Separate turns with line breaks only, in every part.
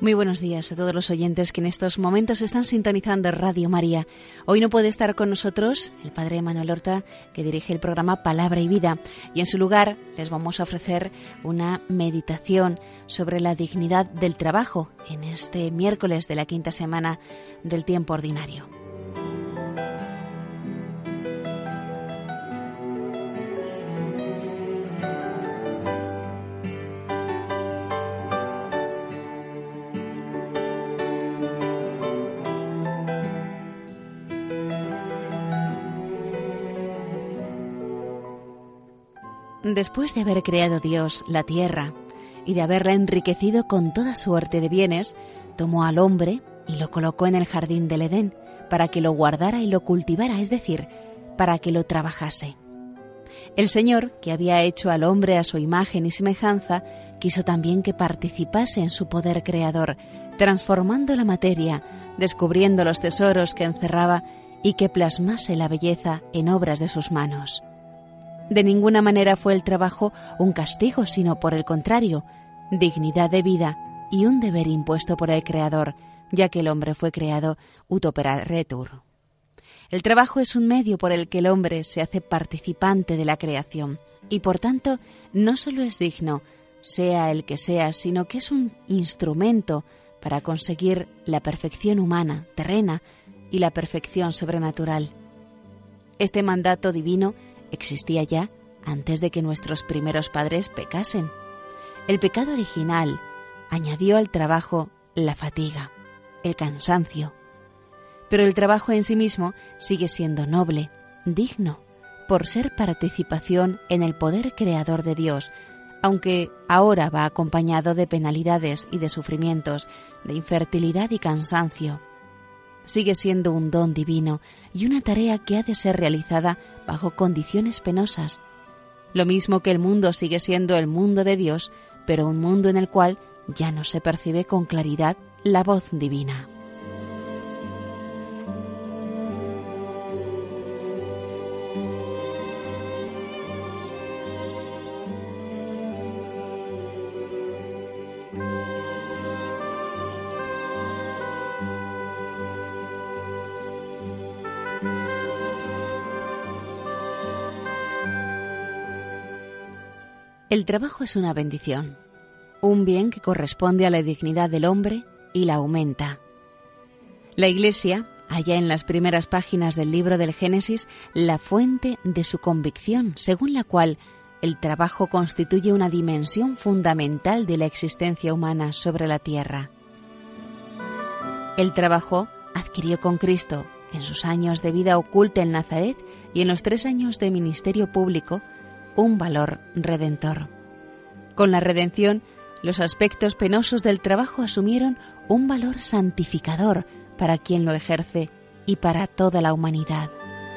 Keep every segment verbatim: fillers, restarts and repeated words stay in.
Muy buenos días a todos los oyentes que en estos momentos están sintonizando Radio María. Hoy no puede estar con nosotros el Padre Manuel Horta, que dirige el programa Palabra y Vida, y en su lugar les vamos a ofrecer una meditación sobre la dignidad del trabajo en este miércoles de la quinta semana del tiempo ordinario. Después de haber creado Dios la tierra y de haberla enriquecido con toda suerte de bienes, tomó al hombre y lo colocó en el jardín del Edén para que lo guardara y lo cultivara, es decir, para que lo trabajase. El Señor, que había hecho al hombre a su imagen y semejanza, quiso también que participase en su poder creador, transformando la materia, descubriendo los tesoros que encerraba y que plasmase la belleza en obras de sus manos. De ninguna manera fue el trabajo un castigo, sino por el contrario, dignidad de vida y un deber impuesto por el Creador, ya que el hombre fue creado ut operaretur. El trabajo es un medio por el que el hombre se hace participante de la creación y, por tanto, no solo es digno, sea el que sea, sino que es un instrumento para conseguir la perfección humana, terrena, y la perfección sobrenatural. Este mandato divino existía ya antes de que nuestros primeros padres pecasen. El pecado original añadió al trabajo la fatiga, el cansancio. Pero el trabajo en sí mismo sigue siendo noble, digno, por ser participación en el poder creador de Dios, aunque ahora va acompañado de penalidades y de sufrimientos, de infertilidad y cansancio. Sigue siendo un don divino y una tarea que ha de ser realizada bajo condiciones penosas. Lo mismo que el mundo sigue siendo el mundo de Dios, pero un mundo en el cual ya no se percibe con claridad la voz divina. El trabajo es una bendición, un bien que corresponde a la dignidad del hombre y la aumenta. La Iglesia halla en las primeras páginas del libro del Génesis la fuente de su convicción, según la cual el trabajo constituye una dimensión fundamental de la existencia humana sobre la tierra. El trabajo adquirió con Cristo, en sus años de vida oculta en Nazaret y en los tres años de ministerio público, un valor redentor. Con la redención, los aspectos penosos del trabajo asumieron un valor santificador para quien lo ejerce y para toda la humanidad.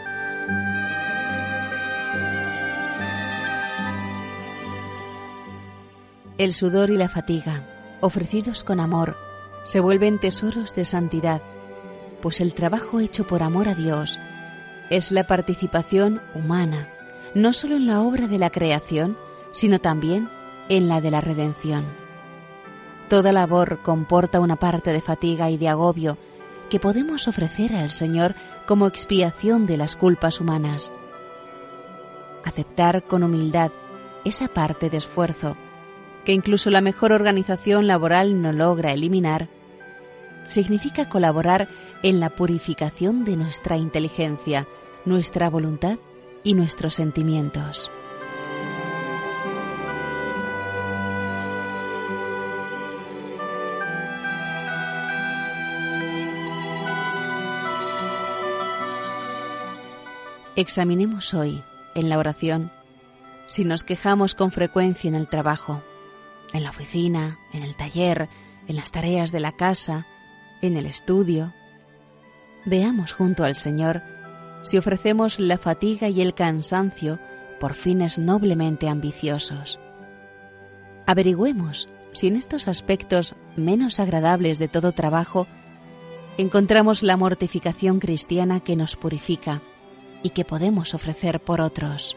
El sudor y la fatiga, ofrecidos con amor, se vuelven tesoros de santidad, pues el trabajo hecho por amor a Dios es la participación humana, no solo en la obra de la creación, sino también en la de la redención. Toda labor comporta una parte de fatiga y de agobio que podemos ofrecer al Señor como expiación de las culpas humanas. Aceptar con humildad esa parte de esfuerzo que incluso la mejor organización laboral no logra eliminar, significa colaborar en la purificación de nuestra inteligencia, nuestra voluntad y nuestros sentimientos. Examinemos hoy, en la oración, si nos quejamos con frecuencia en el trabajo, en la oficina, en el taller, en las tareas de la casa, en el estudio. Veamos junto al Señor si ofrecemos la fatiga y el cansancio por fines noblemente ambiciosos. Averigüemos si en estos aspectos menos agradables de todo trabajo encontramos la mortificación cristiana que nos purifica y que podemos ofrecer por otros.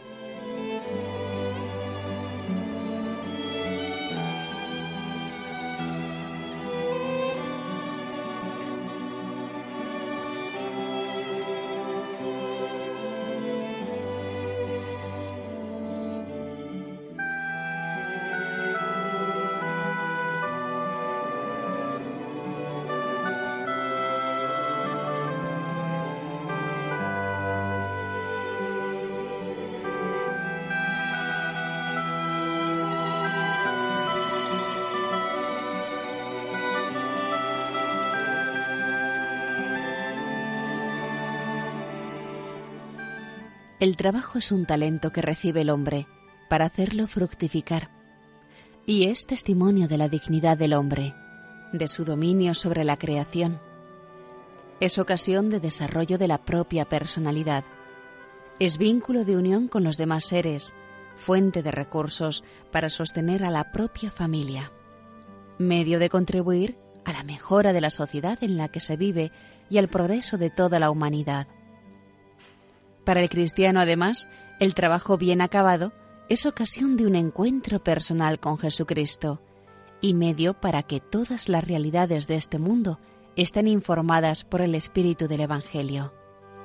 el trabajo es un talento que recibe el hombre para hacerlo fructificar, y es testimonio de la dignidad del hombre, de su dominio sobre la creación. Es ocasión de desarrollo de la propia personalidad. Es vínculo de unión con los demás seres, fuente de recursos para sostener a la propia familia, medio de contribuir a la mejora de la sociedad en la que se vive y al progreso de toda la humanidad. Para el cristiano, además, el trabajo bien acabado es ocasión de un encuentro personal con Jesucristo y medio para que todas las realidades de este mundo estén informadas por el espíritu del Evangelio.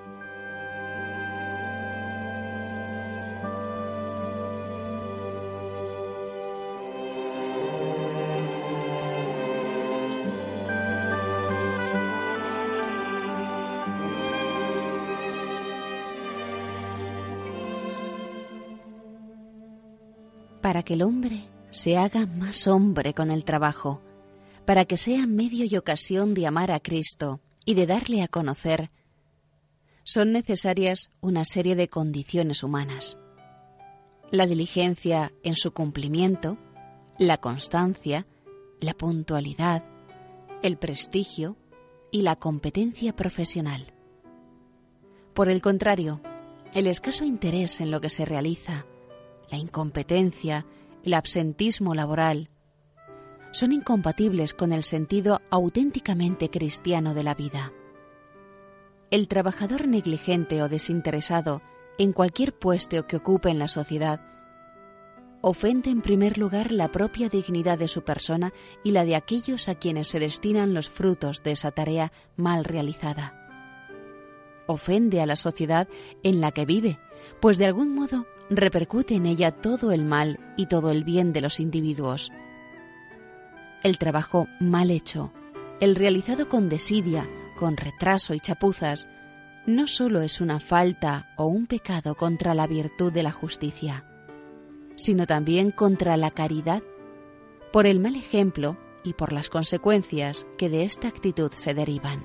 Para que el hombre se haga más hombre con el trabajo, para que sea medio y ocasión de amar a Cristo y de darle a conocer, son necesarias una serie de condiciones humanas. La diligencia en su cumplimiento, la constancia, la puntualidad, el prestigio y la competencia profesional. Por el contrario, el escaso interés en lo que se realiza, la incompetencia, el absentismo laboral, son incompatibles con el sentido auténticamente cristiano de la vida. El trabajador negligente o desinteresado en cualquier puesto que ocupe en la sociedad ofende en primer lugar la propia dignidad de su persona y la de aquellos a quienes se destinan los frutos de esa tarea mal realizada. Ofende a la sociedad en la que vive, pues de algún modo repercute en ella todo el mal y todo el bien de los individuos. El trabajo mal hecho, el realizado con desidia, con retraso y chapuzas, no solo es una falta o un pecado contra la virtud de la justicia, sino también contra la caridad, por el mal ejemplo y por las consecuencias que de esta actitud se derivan.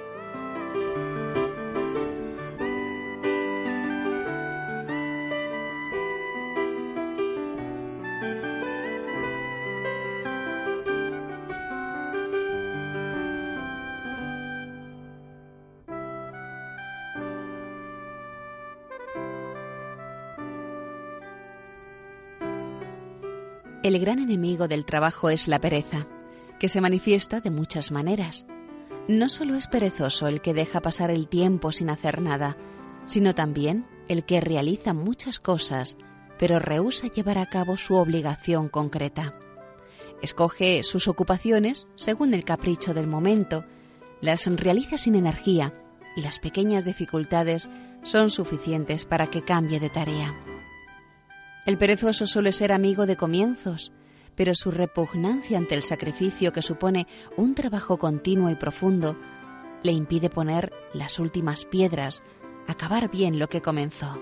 El gran enemigo del trabajo es la pereza, que se manifiesta de muchas maneras. No solo es perezoso el que deja pasar el tiempo sin hacer nada, sino también el que realiza muchas cosas, pero rehúsa llevar a cabo su obligación concreta. Escoge sus ocupaciones según el capricho del momento, las realiza sin energía y las pequeñas dificultades son suficientes para que cambie de tarea. El perezoso suele ser amigo de comienzos, pero su repugnancia ante el sacrificio que supone un trabajo continuo y profundo le impide poner las últimas piedras, acabar bien lo que comenzó.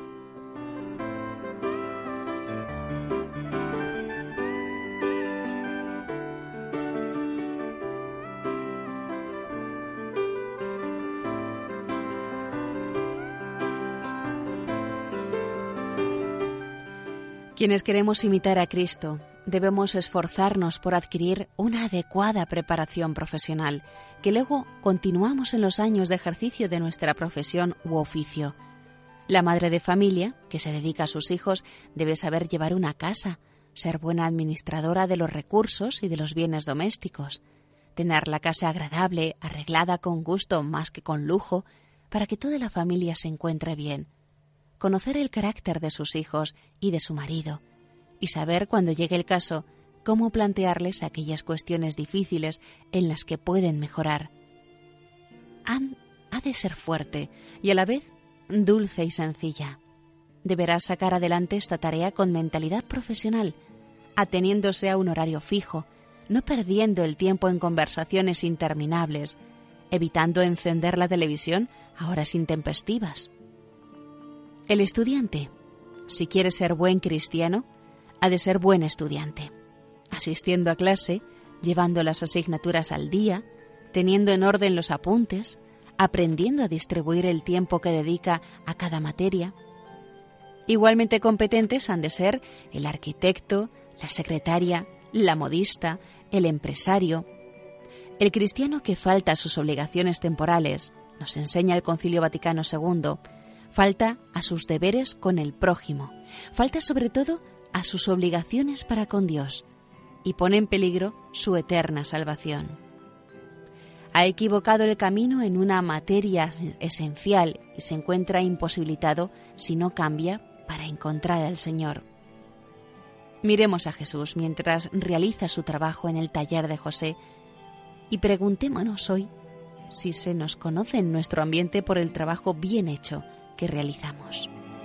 Quienes queremos imitar a Cristo, debemos esforzarnos por adquirir una adecuada preparación profesional, que luego continuamos en los años de ejercicio de nuestra profesión u oficio. La madre de familia, que se dedica a sus hijos, debe saber llevar una casa, ser buena administradora de los recursos y de los bienes domésticos, tener la casa agradable, arreglada con gusto más que con lujo, para que toda la familia se encuentre bien, conocer el carácter de sus hijos y de su marido, y saber, cuando llegue el caso, cómo plantearles aquellas cuestiones difíciles en las que pueden mejorar. Han, ha de ser fuerte y a la vez dulce y sencilla. Deberá sacar adelante esta tarea con mentalidad profesional, ateniéndose a un horario fijo, no perdiendo el tiempo en conversaciones interminables, evitando encender la televisión a horas intempestivas. El estudiante, si quiere ser buen cristiano, ha de ser buen estudiante, asistiendo a clase, llevando las asignaturas al día, teniendo en orden los apuntes, aprendiendo a distribuir el tiempo que dedica a cada materia. Igualmente competentes han de ser el arquitecto, la secretaria, la modista, el empresario. El cristiano que falta a sus obligaciones temporales, nos enseña el Concilio Vaticano segundo, falta a sus deberes con el prójimo, falta sobre todo a sus obligaciones para con Dios y pone en peligro su eterna salvación. Ha equivocado el camino en una materia esencial y se encuentra imposibilitado si no cambia para encontrar al Señor. Miremos a Jesús mientras realiza su trabajo en el taller de José y preguntémonos hoy si se nos conoce en nuestro ambiente por el trabajo bien hecho que realizamos.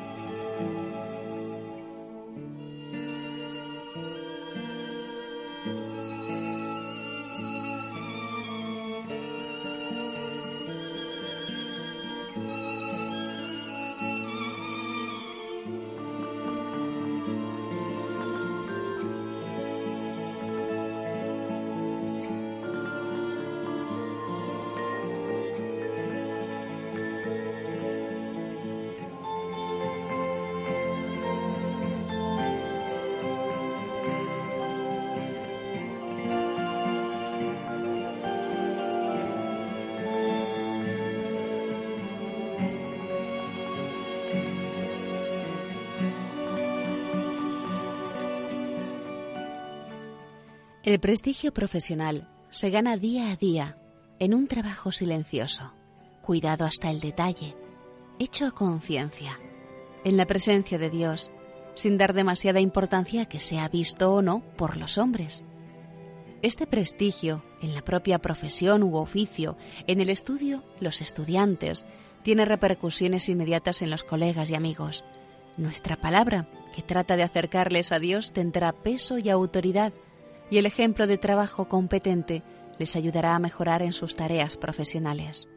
El prestigio profesional se gana día a día en un trabajo silencioso, cuidado hasta el detalle, hecho a conciencia, en la presencia de Dios, sin dar demasiada importancia a que sea visto o no por los hombres. Este prestigio, en la propia profesión u oficio, en el estudio, los estudiantes, tiene repercusiones inmediatas en los colegas y amigos. Nuestra palabra, que trata de acercarles a Dios, tendrá peso y autoridad, y el ejemplo de trabajo competente les ayudará a mejorar en sus tareas profesionales.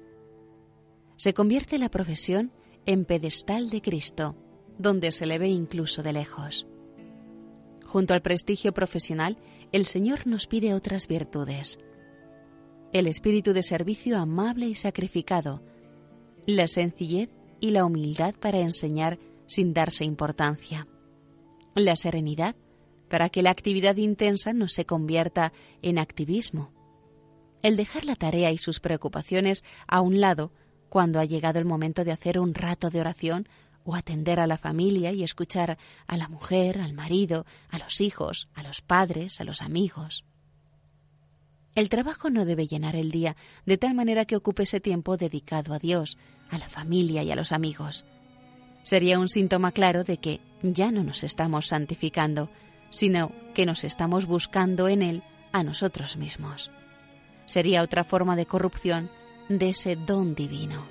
Se convierte la profesión en pedestal de Cristo, donde se le ve incluso de lejos. Junto al prestigio profesional, el Señor nos pide otras virtudes: el espíritu de servicio amable y sacrificado, la sencillez y la humildad para enseñar sin darse importancia, la serenidad para que la actividad intensa no se convierta en activismo, el dejar la tarea y sus preocupaciones a un lado cuando ha llegado el momento de hacer un rato de oración o atender a la familia y escuchar a la mujer, al marido, a los hijos, a los padres, a los amigos. El trabajo no debe llenar el día de tal manera que ocupe ese tiempo dedicado a Dios, a la familia y a los amigos. Sería un síntoma claro de que ya no nos estamos santificando, sino que nos estamos buscando en Él a nosotros mismos. Sería otra forma de corrupción de ese don divino.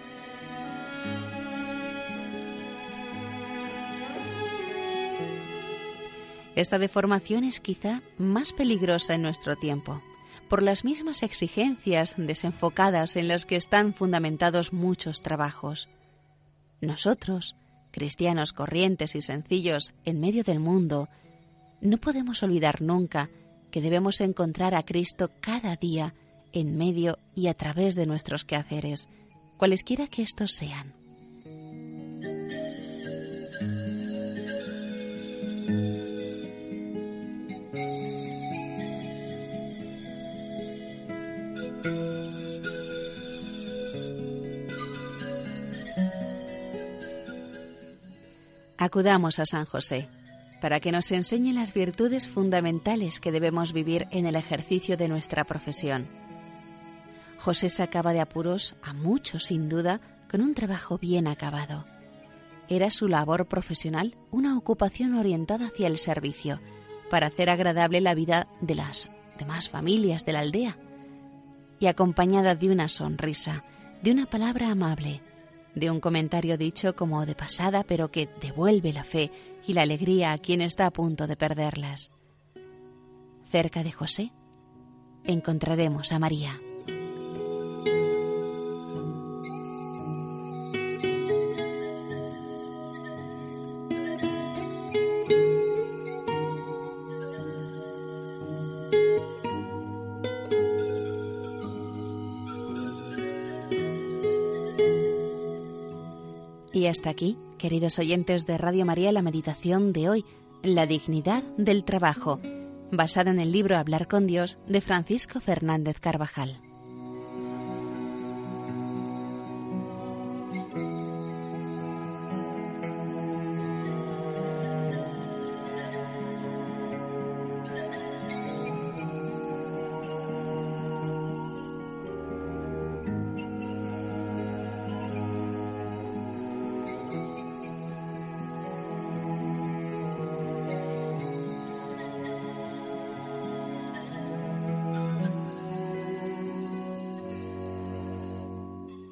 Esta deformación es quizá más peligrosa en nuestro tiempo, por las mismas exigencias desenfocadas en las que están fundamentados muchos trabajos. Nosotros, cristianos corrientes y sencillos en medio del mundo, no podemos olvidar nunca que debemos encontrar a Cristo cada día en medio y a través de nuestros quehaceres, cualesquiera que estos sean. Acudamos a San José para que nos enseñe las virtudes fundamentales que debemos vivir en el ejercicio de nuestra profesión. José sacaba de apuros a muchos, sin duda, con un trabajo bien acabado. Era su labor profesional una ocupación orientada hacia el servicio, para hacer agradable la vida de las demás familias de la aldea, y acompañada de una sonrisa, de una palabra amable, de un comentario dicho como de pasada, pero que devuelve la fe y la alegría a quien está a punto de perderlas. Cerca de José encontraremos a María. Y hasta aquí queridos oyentes de Radio María, la meditación de hoy, la dignidad del trabajo, basada en el libro Hablar con Dios de Francisco Fernández Carvajal.